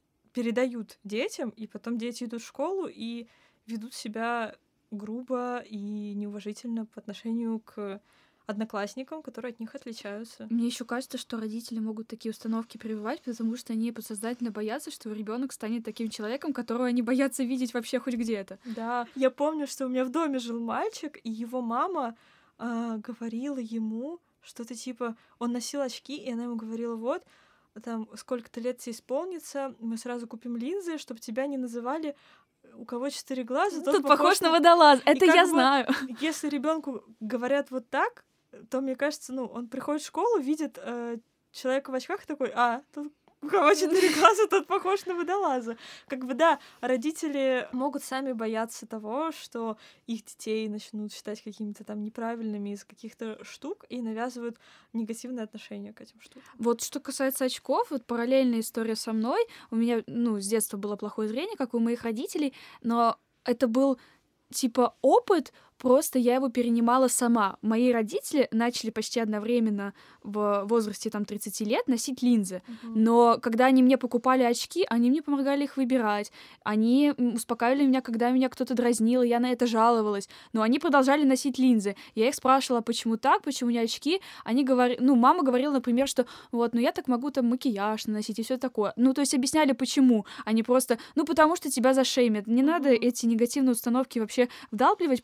передают детям, и потом дети идут в школу и ведут себя грубо и неуважительно по отношению к одноклассникам, которые от них отличаются. Мне еще кажется, что родители могут такие установки прививать, потому что они подсознательно боятся, что ребенок станет таким человеком, которого они боятся видеть вообще хоть где-то. Да, я помню, что у меня в доме жил мальчик, и его мама а, говорила ему что-то типа, он носил очки, и она ему говорила, вот, там, сколько-то лет тебе исполнится, мы сразу купим линзы, чтобы тебя не называли у кого четыре глаза, Тут похож на водолаз, это я бы, знаю. Если ребенку говорят вот так, то, мне кажется, ну, он приходит в школу, видит э, человека в очках такой, а, тут у кого четыре глаза, тот похож на водолаза. Как бы, да, родители могут сами бояться того, что их детей начнут считать какими-то там неправильными из каких-то штук и навязывают негативное отношение к этим штукам. Вот что касается очков, вот параллельная история со мной. У меня, ну, с детства было плохое зрение, как у моих родителей, но это был типа опыт, просто я его перенимала сама. Мои родители начали почти одновременно в возрасте там тридцати лет носить линзы. Uh-huh. Но когда они мне покупали очки, они мне помогали их выбирать. Они успокаивали меня, когда меня кто-то дразнил, и я на это жаловалась. Но они продолжали носить линзы. Я их спрашивала, почему так, почему не очки. Они говорили, ну, мама говорила, например, что вот, ну я так могу там макияж наносить и все такое. Ну, то есть объясняли, почему. Они просто, ну, потому что тебя зашеймят. Не uh-huh. надо эти негативные установки вообще вдалбливать, просто покажи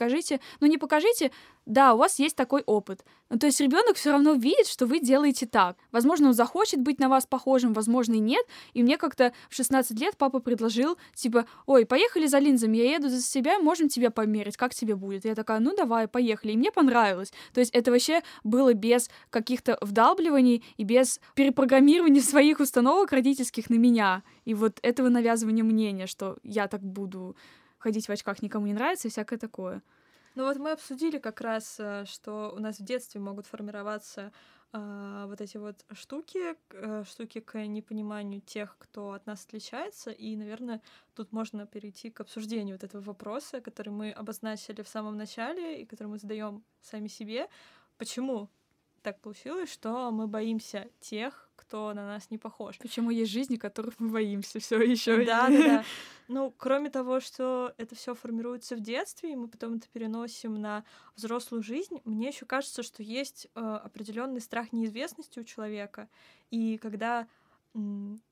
покажите, ну не покажите, да, у вас есть такой опыт. Ну, то есть ребенок все равно видит, что вы делаете так. Возможно, он захочет быть на вас похожим, возможно, и нет. И мне как-то в шестнадцать лет папа предложил, типа, ой, поехали за линзами, я еду за себя, можем тебе померить, как тебе будет? Я такая, ну давай, поехали. И мне понравилось. То есть это вообще было без каких-то вдалбливаний и без перепрограммирования своих установок родительских на меня. И вот этого навязывания мнения, что я так буду ходить в очках, никому не нравится и всякое такое. Ну вот мы обсудили как раз, что у нас в детстве могут формироваться э, вот эти вот штуки, э, штуки к непониманию тех, кто от нас отличается, и, наверное, тут можно перейти к обсуждению вот этого вопроса, который мы обозначили в самом начале и который мы задаем сами себе. Почему так получилось, что мы боимся тех, кто на нас не похож? Почему есть жизни, которых мы боимся все еще? Да, да, да. Ну, кроме того, что это все формируется в детстве, и мы потом это переносим на взрослую жизнь, мне еще кажется, что есть э, определенный страх неизвестности у человека. И когда м,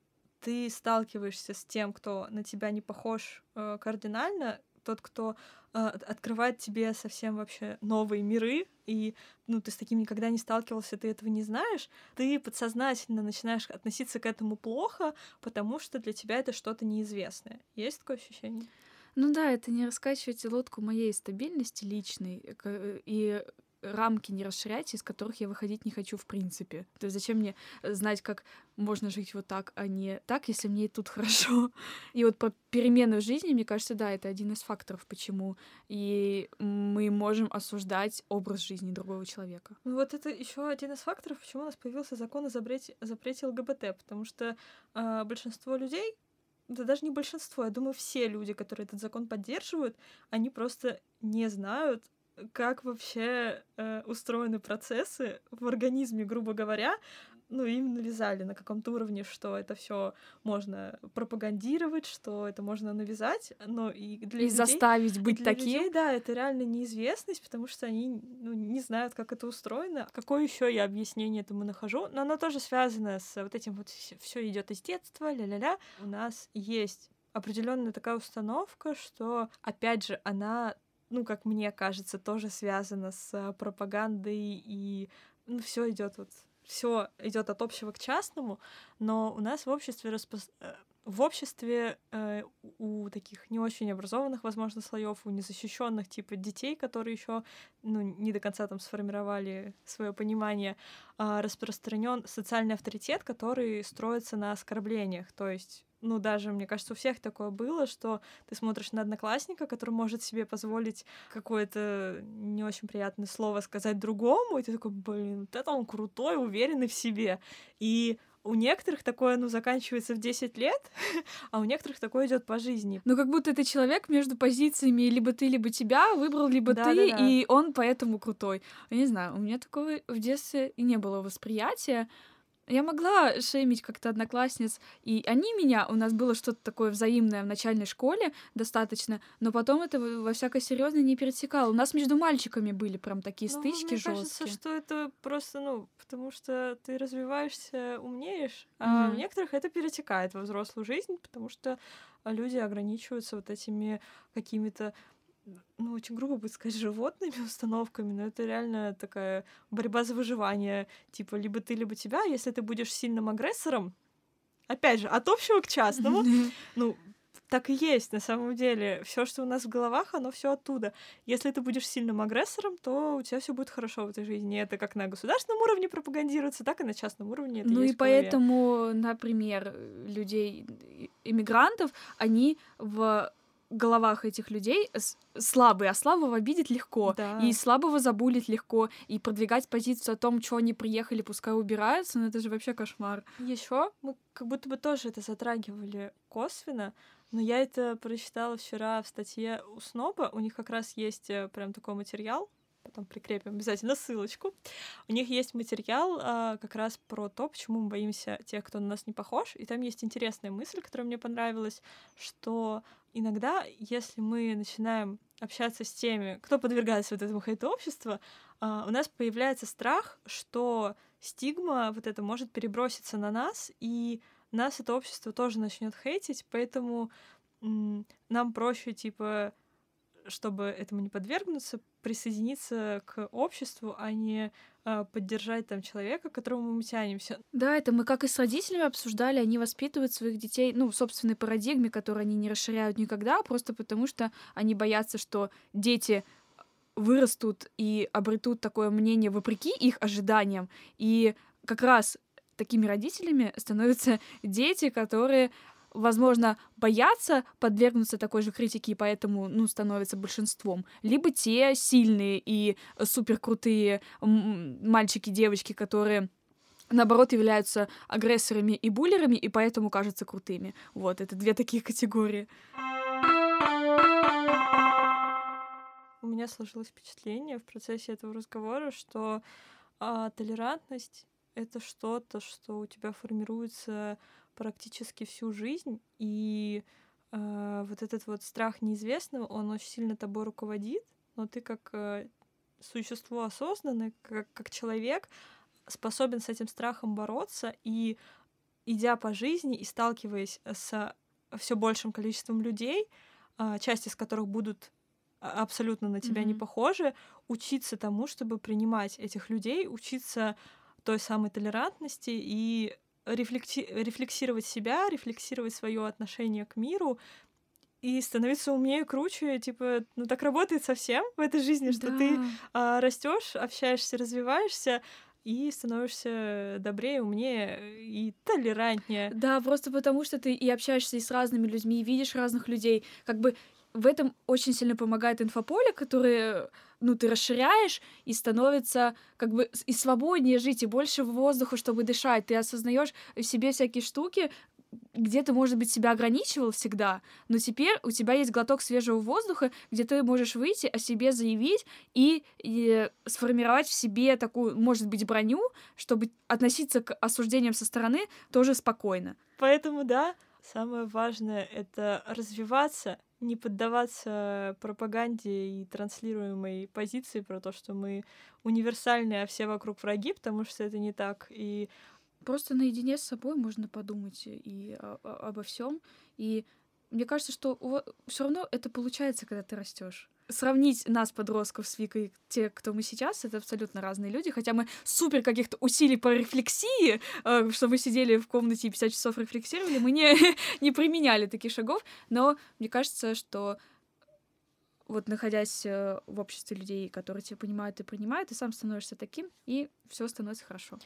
ты сталкиваешься с тем, кто на тебя не похож э, кардинально, тот, кто э, открывает тебе совсем вообще новые миры, и ну, ты с таким никогда не сталкивался, ты этого не знаешь, ты подсознательно начинаешь относиться к этому плохо, потому что для тебя это что-то неизвестное. Есть такое ощущение? Ну да, это не раскачивайте лодку моей стабильности личной, и рамки не расширяйте, из которых я выходить не хочу в принципе. То есть зачем мне знать, как можно жить вот так, а не так, если мне и тут хорошо. И вот по перемену в жизни, мне кажется, да, это один из факторов, почему и мы можем осуждать образ жизни другого человека. Ну вот это еще один из факторов, почему у нас появился закон о запрете, запрете ЛГБТ, потому что э, большинство людей, да даже не большинство, я думаю, все люди, которые этот закон поддерживают, они просто не знают, как вообще э, устроены процессы в организме, грубо говоря, ну, им навязали на каком-то уровне, что это все можно пропагандировать, что это можно навязать, но и для и людей, заставить быть для таким. людей, да, это реально неизвестность, потому что они ну, не знают, как это устроено. Какое еще я объяснение этому нахожу? Но оно тоже связано с вот этим вот все идет из детства, ля-ля-ля. У нас есть определенная такая установка, что, опять же, она, ну, как мне кажется, тоже связана с пропагандой, и ну, все идет вот все идет от общего к частному, но у нас в обществе распо... в обществе э, у таких не очень образованных, возможно, слоев, у незащищенных типа детей, которые еще ну, не до конца там сформировали свое понимание, э, распространен социальный авторитет, который строится на оскорблениях, то есть ну, даже, мне кажется, у всех такое было, что ты смотришь на одноклассника, который может себе позволить какое-то не очень приятное слово сказать другому, и ты такой, блин, вот это он крутой, уверенный в себе. И у некоторых такое, ну, заканчивается в десять лет, а у некоторых такое идет по жизни. Ну, как будто это человек между позициями либо ты, либо тебя выбрал, либо да, ты, да, да. и он поэтому крутой. Я не знаю, у меня такого в детстве и не было восприятия. Я могла шеймить как-то одноклассниц, и они меня, у нас было что-то такое взаимное в начальной школе достаточно, но потом это во всякой серьезной не перетекало. У нас между мальчиками были прям такие ну, стычки мне жесткие. кажется, что это просто, ну, потому что ты развиваешься, умнеешь, а mm-hmm. в некоторых это перетекает во взрослую жизнь, потому что люди ограничиваются вот этими какими-то ну, очень грубо будет сказать, животными установками, но это реально такая борьба за выживание. Типа, либо ты, либо тебя. Если ты будешь сильным агрессором, опять же, от общего к частному, ну, так и есть на самом деле. Все, что у нас в головах, оно все оттуда. Если ты будешь сильным агрессором, то у тебя все будет хорошо в этой жизни. Это как на государственном уровне пропагандируется, так и на частном уровне. Это ну есть и поэтому, например, людей, иммигрантов, они в головах этих людей слабые, а слабого обидеть легко, да. и слабого забулить легко, и продвигать позицию о том, что они приехали, пускай убираются, ну это же вообще кошмар. Еще мы как будто бы тоже это затрагивали косвенно, но я это прочитала вчера в статье у Сноба, у них как раз есть прям такой материал, потом прикрепим обязательно ссылочку. У них есть материал а, как раз про то, почему мы боимся тех, кто на нас не похож, и там есть интересная мысль, которая мне понравилась, что иногда, если мы начинаем общаться с теми, кто подвергается вот этому хейту общества, а, у нас появляется страх, что стигма вот это может переброситься на нас, и нас это общество тоже начнет хейтить, поэтому м- нам проще, типа, чтобы этому не подвергнуться, присоединиться к обществу, а не э, поддержать там человека, к которому мы тянемся. Да, это мы как и с родителями обсуждали, они воспитывают своих детей, ну, в собственной парадигме, которую они не расширяют никогда, просто потому что они боятся, что дети вырастут и обретут такое мнение вопреки их ожиданиям, и как раз такими родителями становятся дети, которые, возможно, боятся подвергнуться такой же критике, и поэтому, ну, становятся большинством. Либо те сильные и суперкрутые мальчики, девочки, которые, наоборот, являются агрессорами и буллерами, и поэтому кажутся крутыми. Вот, это две такие категории. У меня сложилось впечатление в процессе этого разговора, что а, толерантность — это что-то, что у тебя формируется практически всю жизнь, и э, вот этот вот страх неизвестного, он очень сильно тобой руководит, но ты как э, существо осознанное, как, как человек, способен с этим страхом бороться, и идя по жизни и сталкиваясь с все большим количеством людей, э, часть из которых будут абсолютно на тебя mm-hmm. не похожи, учиться тому, чтобы принимать этих людей, учиться той самой толерантности и рефлекти- рефлексировать себя, рефлексировать свое отношение к миру и становиться умнее, круче. Типа, ну так работает совсем в этой жизни, что да. ты а, растешь, общаешься, развиваешься и становишься добрее, умнее и толерантнее. Да, просто потому что ты и общаешься и с разными людьми, и видишь разных людей. Как бы в этом очень сильно помогает инфополе, которое, ну, ты расширяешь, и становится как бы и свободнее жить, и больше воздуха, чтобы дышать. Ты осознаешь в себе всякие штуки, где ты, может быть, себя ограничивал всегда, но теперь у тебя есть глоток свежего воздуха, где ты можешь выйти, о себе заявить и, и сформировать в себе такую, может быть, броню, чтобы относиться к осуждениям со стороны тоже спокойно. Поэтому, да, самое важное — это развиваться, не поддаваться пропаганде и транслируемой позиции про то, что мы универсальные, а все вокруг враги, потому что это не так. И просто наедине с собой можно подумать и о- о- обо всем. И мне кажется, что все равно это получается, когда ты растешь. Сравнить нас, подростков, с Викой, те, кто мы сейчас, это абсолютно разные люди, хотя мы супер каких-то усилий по рефлексии, э, что мы сидели в комнате и пятьдесят часов рефлексировали, мы не, не применяли таких шагов, но мне кажется, что вот находясь в обществе людей, которые тебя понимают и принимают, ты сам становишься таким, и все становится хорошо.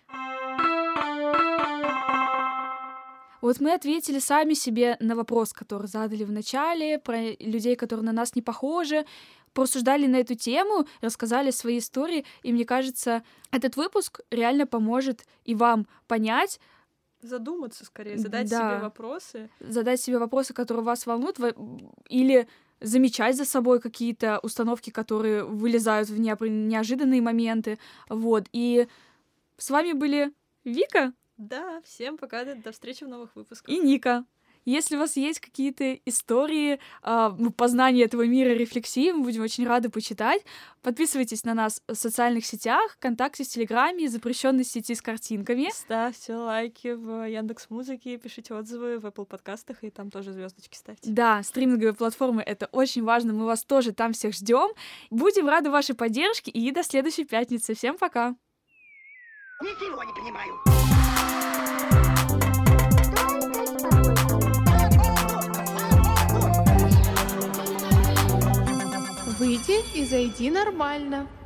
Вот мы ответили сами себе на вопрос, который задали в начале, про людей, которые на нас не похожи, порассуждали на эту тему, рассказали свои истории, и мне кажется, этот выпуск реально поможет и вам понять, задуматься скорее, задать да, себе вопросы. Задать себе вопросы, которые вас волнуют, или замечать за собой какие-то установки, которые вылезают в неожиданные моменты. Вот. И с вами были Вика. Да, всем пока, до встречи в новых выпусках. И Ника. Если у вас есть какие-то истории э, познания этого мира, рефлексии, мы будем очень рады почитать. Подписывайтесь на нас в социальных сетях, ВКонтакте, в Телеграме, запрещенной сети с картинками. Ставьте лайки в Яндекс.Музыке, пишите отзывы в Apple подкастах, и там тоже звездочки ставьте. Да, стриминговые платформы — это очень важно, мы вас тоже там всех ждем. Будем рады вашей поддержке, и до следующей пятницы. Всем пока! Ничего не понимаю. Выйди и зайди нормально.